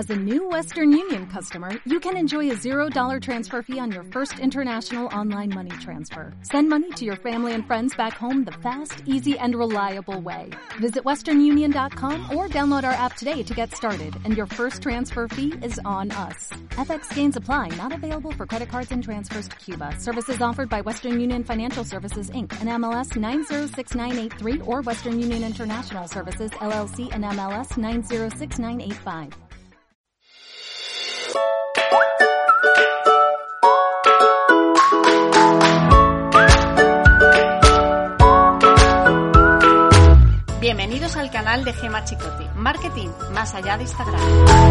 As a new Western Union customer, you can enjoy a $0 transfer fee on your first international online money transfer. Send money to your family and friends back home the fast, easy, and reliable way. Visit westernunion.com or download our app today to get started, and your first transfer fee is on us. FX gains apply, not available for credit cards and transfers to Cuba. Services offered by Western Union Financial Services, Inc., and MLS 906983, or Western Union International Services, LLC, and MLS 906985. Bienvenidos al canal de Gemma Chicote, Marketing más allá de Instagram.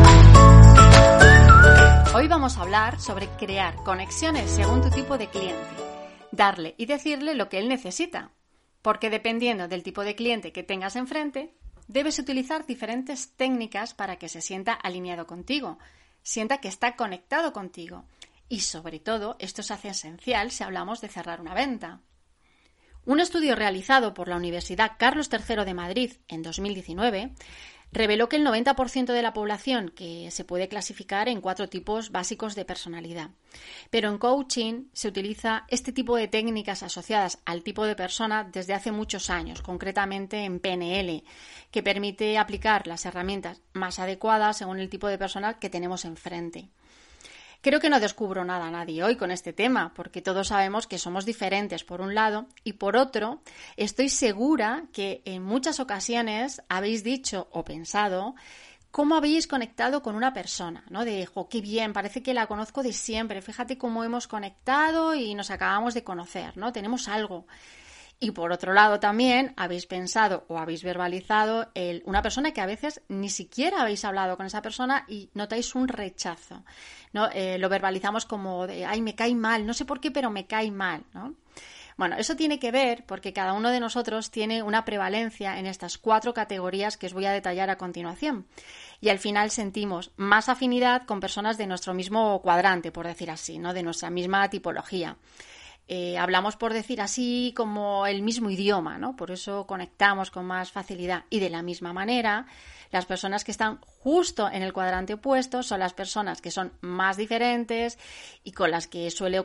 Hoy vamos a hablar sobre crear conexiones según tu tipo de cliente, darle y decirle lo que él necesita, porque dependiendo del tipo de cliente que tengas enfrente, debes utilizar diferentes técnicas para que se sienta alineado contigo, sienta que está conectado contigo y sobre todo esto se hace esencial si hablamos de cerrar una venta. Un estudio realizado por la Universidad Carlos III de Madrid en 2019 reveló que el 90% de la población que se puede clasificar en 4 tipos básicos de personalidad. Pero en coaching se utiliza este tipo de técnicas asociadas al tipo de persona desde hace muchos años, concretamente en PNL, que permite aplicar las herramientas más adecuadas según el tipo de persona que tenemos enfrente. Creo que no descubro nada a nadie hoy con este tema, porque todos sabemos que somos diferentes por un lado y por otro, estoy segura que en muchas ocasiones habéis dicho o pensado cómo habéis conectado con una persona, ¿no? De, qué bien, parece que la conozco de siempre, fíjate cómo hemos conectado y nos acabamos de conocer, ¿no? Tenemos algo. Y por otro lado también habéis pensado o habéis verbalizado una persona que a veces ni siquiera habéis hablado con esa persona y notáis un rechazo, ¿no? Lo verbalizamos como de, ay, me cae mal, no sé por qué, pero me cae mal, ¿no? Bueno, eso tiene que ver porque cada uno de nosotros tiene una prevalencia en estas 4 categorías que os voy a detallar a continuación. Y al final sentimos más afinidad con personas de nuestro mismo cuadrante, por decir así, ¿no? De nuestra misma tipología. Hablamos, por decir así, como el mismo idioma, ¿no? Por eso conectamos con más facilidad. Y de la misma manera, las personas que están justo en el cuadrante opuesto son las personas que son más diferentes y con las que suele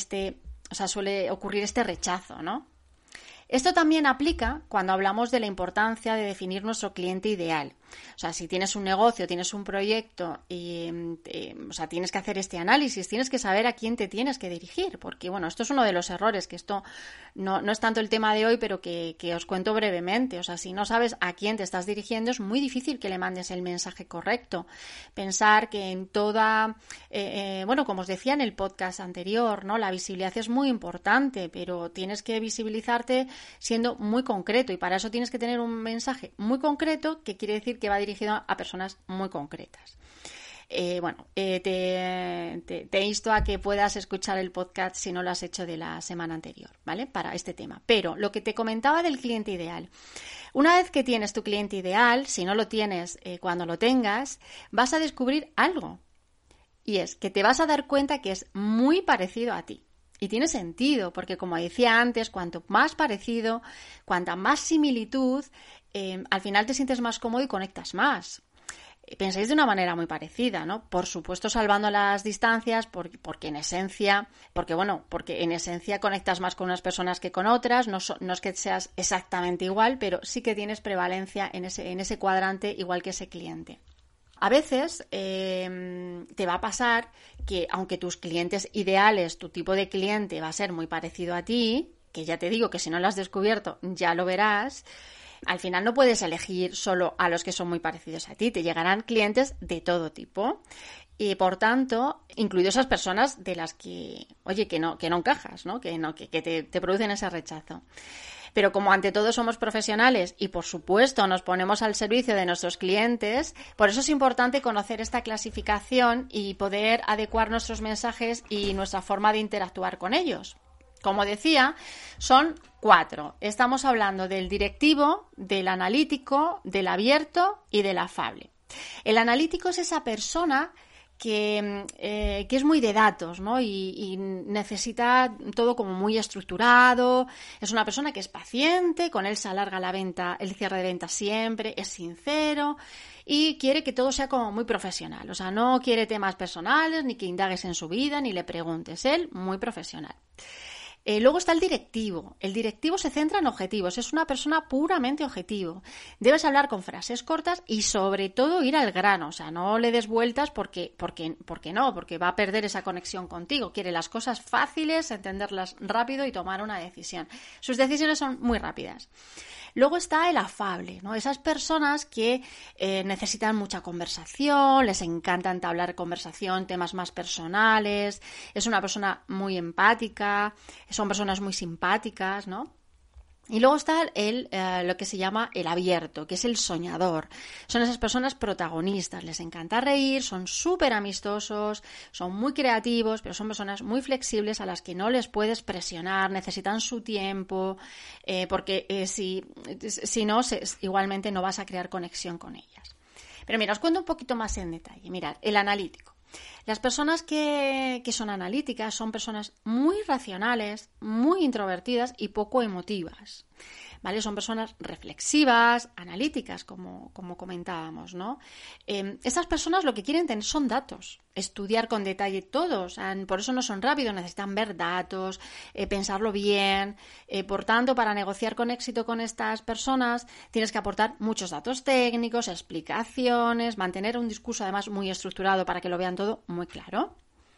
ocurrir este rechazo, ¿no? Esto también aplica cuando hablamos de la importancia de definir nuestro cliente ideal. O sea, si tienes un negocio, tienes un proyecto y tienes que hacer este análisis, tienes que saber a quién te tienes que dirigir, porque bueno, esto es uno de los errores, que esto no es tanto el tema de hoy, pero que os cuento brevemente. O sea, si no sabes a quién te estás dirigiendo, es muy difícil que le mandes el mensaje correcto. Pensar que en toda, como os decía en el podcast anterior, ¿no? La visibilidad es muy importante, pero tienes que visibilizarte siendo muy concreto y para eso tienes que tener un mensaje muy concreto, que quiere decir que va dirigido a personas muy concretas. Te insto a que puedas escuchar el podcast si no lo has hecho de la semana anterior, ¿vale? Para este tema. Pero lo que te comentaba del cliente ideal. Una vez que tienes tu cliente ideal, si no lo tienes cuando lo tengas, vas a descubrir algo. Y es que te vas a dar cuenta que es muy parecido a ti. Y tiene sentido, porque como decía antes, cuanto más parecido, cuanta más similitud, al final te sientes más cómodo y conectas más. Pensáis de una manera muy parecida, ¿no? Por supuesto, salvando las distancias, porque en esencia conectas más con unas personas que con otras, no es que seas exactamente igual, pero sí que tienes prevalencia en ese cuadrante igual que ese cliente. A veces te va a pasar que aunque tus clientes ideales, tu tipo de cliente va a ser muy parecido a ti, que ya te digo que si no lo has descubierto ya lo verás, al final no puedes elegir solo a los que son muy parecidos a ti, te llegarán clientes de todo tipo y por tanto, incluido esas personas de las que no encajas, ¿no? Que te producen ese rechazo. Pero como ante todo somos profesionales y por supuesto nos ponemos al servicio de nuestros clientes, por eso es importante conocer esta clasificación y poder adecuar nuestros mensajes y nuestra forma de interactuar con ellos. Como decía, son 4. Estamos hablando del directivo, del analítico, del abierto y del afable. El analítico es esa persona que es muy de datos, ¿no? Y necesita todo como muy estructurado. Es una persona que es paciente, con él se alarga la venta, el cierre de venta siempre, es sincero y quiere que todo sea como muy profesional. O sea, no quiere temas personales, ni que indagues en su vida, ni le preguntes. Él, muy profesional. Luego está el directivo. El directivo se centra en objetivos. Es una persona puramente objetivo. Debes hablar con frases cortas y sobre todo ir al grano. O sea, no le des vueltas porque va a perder esa conexión contigo. Quiere las cosas fáciles, entenderlas rápido y tomar una decisión. Sus decisiones son muy rápidas. Luego está el afable, ¿no? Esas personas que necesitan mucha conversación, les encanta entablar conversación, temas más personales, es una persona muy empática, son personas muy simpáticas, ¿no? Y luego está lo que se llama el abierto, que es el soñador. Son esas personas protagonistas, les encanta reír, son súper amistosos, son muy creativos, pero son personas muy flexibles a las que no les puedes presionar, necesitan su tiempo, porque si no, igualmente no vas a crear conexión con ellas. Pero mira, os cuento un poquito más en detalle. Mirad, el analítico. Las personas que son analíticas son personas muy racionales, muy introvertidas y poco emotivas, ¿vale? Son personas reflexivas, analíticas, como comentábamos, ¿no? Estas personas lo que quieren tener son datos, estudiar con detalle todo, o sea, por eso no son rápidos, necesitan ver datos, pensarlo bien. Por tanto, para negociar con éxito con estas personas tienes que aportar muchos datos técnicos, explicaciones, mantener un discurso además muy estructurado para que lo vean todo muy claro.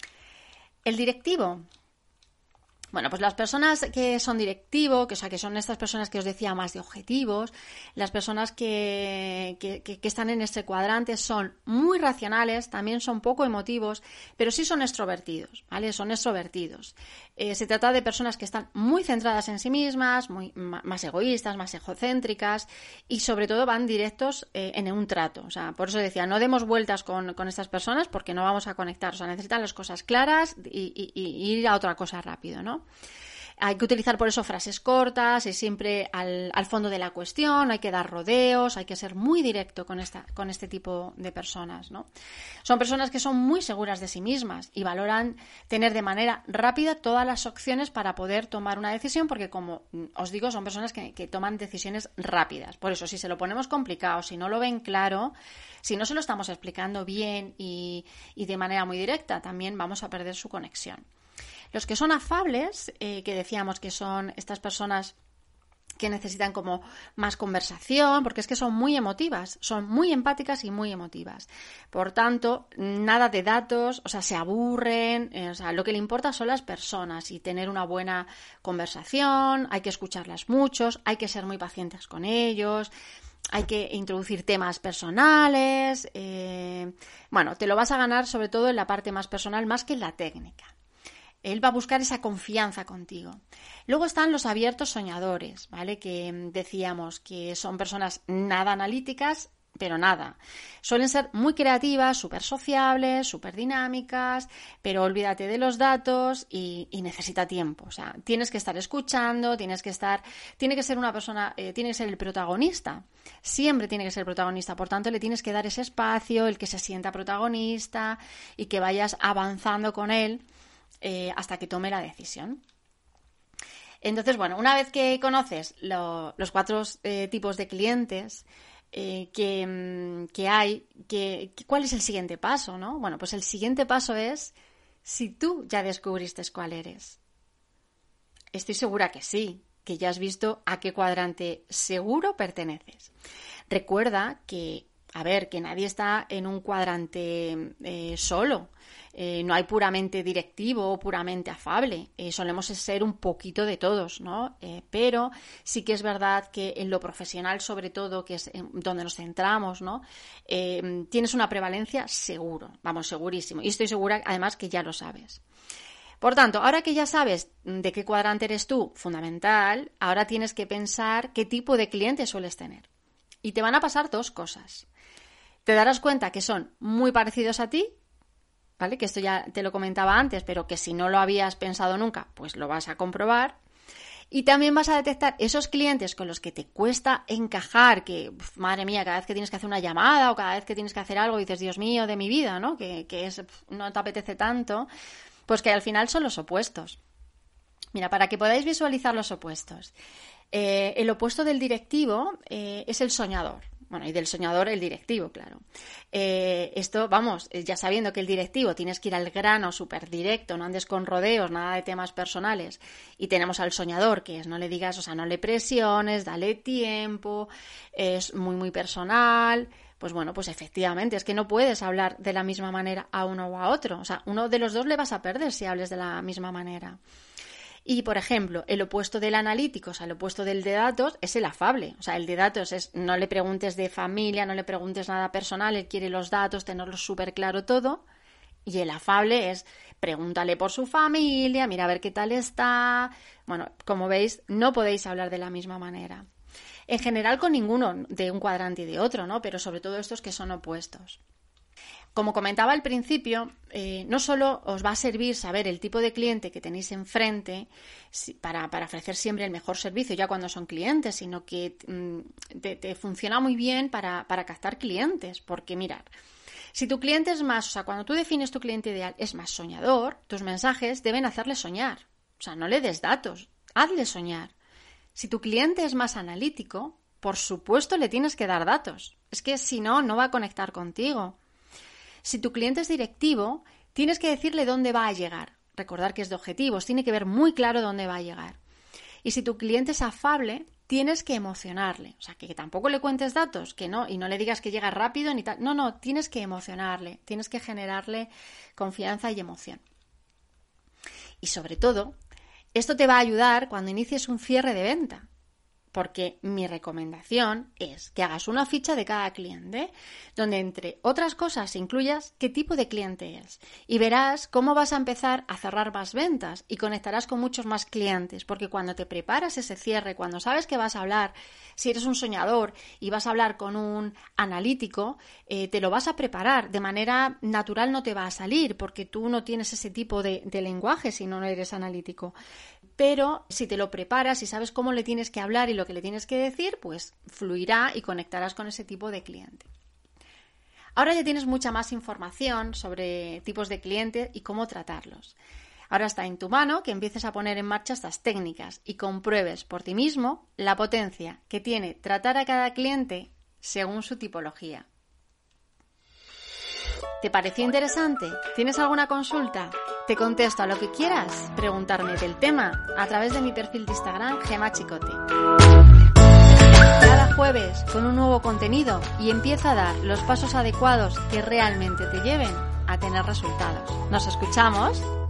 El directivo. Bueno, pues las personas que son directivos, que son estas personas que os decía más de objetivos, las personas que están en este cuadrante son muy racionales, también son poco emotivos, pero sí son extrovertidos, ¿vale? Son extrovertidos. Se trata de personas que están muy centradas en sí mismas, más egoístas, más egocéntricas y sobre todo van directos en un trato. O sea, por eso decía, no demos vueltas con estas personas porque no vamos a conectar. O sea, necesitan las cosas claras y ir a otra cosa rápido, ¿no? Hay que utilizar por eso frases cortas y siempre al fondo de la cuestión, no hay que dar rodeos, hay que ser muy directo con este tipo de personas, ¿no? Son personas que son muy seguras de sí mismas y valoran tener de manera rápida todas las opciones para poder tomar una decisión porque, como os digo, son personas que toman decisiones rápidas. Por eso, si se lo ponemos complicado, si no lo ven claro, si no se lo estamos explicando bien y de manera muy directa, también vamos a perder su conexión. Los que son afables, que decíamos que son estas personas que necesitan como más conversación, porque es que son muy emotivas, son muy empáticas y muy emotivas. Por tanto, nada de datos, o sea, se aburren, o sea, lo que le importa son las personas y tener una buena conversación, hay que escucharlas muchos, hay que ser muy pacientes con ellos. Hay que introducir temas personales. Bueno, te lo vas a ganar sobre todo en la parte más personal, más que en la técnica. Él va a buscar esa confianza contigo. Luego están los abiertos soñadores, ¿vale? Que decíamos que son personas nada analíticas, pero nada. Suelen ser muy creativas, súper sociables, súper dinámicas, pero olvídate de los datos y necesita tiempo. O sea, tienes que estar escuchando, tiene que ser una persona, tiene que ser el protagonista. Siempre tiene que ser el protagonista. Por tanto, le tienes que dar ese espacio, el que se sienta protagonista y que vayas avanzando con él hasta que tome la decisión. Entonces, bueno, una vez que conoces los 4 tipos de clientes que hay, ¿cuál es el siguiente paso, no? Bueno, pues el siguiente paso es si tú ya descubriste cuál eres. Estoy segura que sí, que ya has visto a qué cuadrante seguro perteneces. Recuerda que nadie está en un cuadrante solo. No hay puramente directivo o puramente afable. Solemos ser un poquito de todos, ¿no? Pero sí que es verdad que en lo profesional, sobre todo, que es donde nos centramos, ¿no? Tienes una prevalencia seguro, vamos, segurísimo. Y estoy segura, además, que ya lo sabes. Por tanto, ahora que ya sabes de qué cuadrante eres tú, fundamental, ahora tienes que pensar qué tipo de cliente sueles tener. Y te van a pasar 2 cosas. Te darás cuenta que son muy parecidos a ti, ¿vale? Que esto ya te lo comentaba antes, pero que si no lo habías pensado nunca, pues lo vas a comprobar. Y también vas a detectar esos clientes con los que te cuesta encajar, que, madre mía, cada vez que tienes que hacer una llamada o cada vez que tienes que hacer algo dices, Dios mío, de mi vida, ¿no? No te apetece tanto, pues que al final son los opuestos. Mira, para que podáis visualizar los opuestos, el opuesto del directivo es el soñador. Bueno, y del soñador el directivo, claro. Esto, vamos, ya sabiendo que el directivo tienes que ir al grano súper directo, no andes con rodeos, nada de temas personales. Y tenemos al soñador, que es no le digas, o sea, no le presiones, dale tiempo, es muy, muy personal. Pues bueno, pues efectivamente, es que no puedes hablar de la misma manera a uno o a otro. O sea, uno de los dos le vas a perder si hables de la misma manera. Y, por ejemplo, el opuesto del analítico, o sea, el opuesto del de datos es el afable. O sea, el de datos es no le preguntes de familia, no le preguntes nada personal, él quiere los datos, tenerlo súper claro todo. Y el afable es pregúntale por su familia, mira a ver qué tal está. Bueno, como veis, no podéis hablar de la misma manera. En general con ninguno de un cuadrante y de otro, ¿no? Pero sobre todo estos que son opuestos. Como comentaba al principio, no solo os va a servir saber el tipo de cliente que tenéis enfrente para ofrecer siempre el mejor servicio ya cuando son clientes, sino que te funciona muy bien para captar clientes. Porque mirad, si tu cliente es más, o sea, cuando tú defines tu cliente ideal es más soñador, tus mensajes deben hacerle soñar. O sea, no le des datos, hazle soñar. Si tu cliente es más analítico, por supuesto le tienes que dar datos. Es que si no, no va a conectar contigo. Si tu cliente es directivo, tienes que decirle dónde va a llegar. Recordar que es de objetivos, tiene que ver muy claro dónde va a llegar. Y si tu cliente es afable, tienes que emocionarle. O sea, que tampoco le cuentes datos, que no, y no le digas que llega rápido ni tal. No, tienes que emocionarle, tienes que generarle confianza y emoción. Y sobre todo, esto te va a ayudar cuando inicies un cierre de venta. Porque mi recomendación es que hagas una ficha de cada cliente, donde entre otras cosas incluyas qué tipo de cliente es. Y verás cómo vas a empezar a cerrar más ventas y conectarás con muchos más clientes. Porque cuando te preparas ese cierre, cuando sabes que vas a hablar, si eres un soñador y vas a hablar con un analítico, te lo vas a preparar. De manera natural no te va a salir porque tú no tienes ese tipo de lenguaje si no eres analítico. Pero si te lo preparas y sabes cómo le tienes que hablar y lo que le tienes que decir, pues fluirá y conectarás con ese tipo de cliente. Ahora ya tienes mucha más información sobre tipos de clientes y cómo tratarlos. Ahora está en tu mano que empieces a poner en marcha estas técnicas y compruebes por ti mismo la potencia que tiene tratar a cada cliente según su tipología. ¿Te pareció interesante? ¿Tienes alguna consulta? Te contesto a lo que quieras preguntarme del tema a través de mi perfil de Instagram, Gemma Chicote. Cada jueves con un nuevo contenido y empieza a dar los pasos adecuados que realmente te lleven a tener resultados. ¡Nos escuchamos!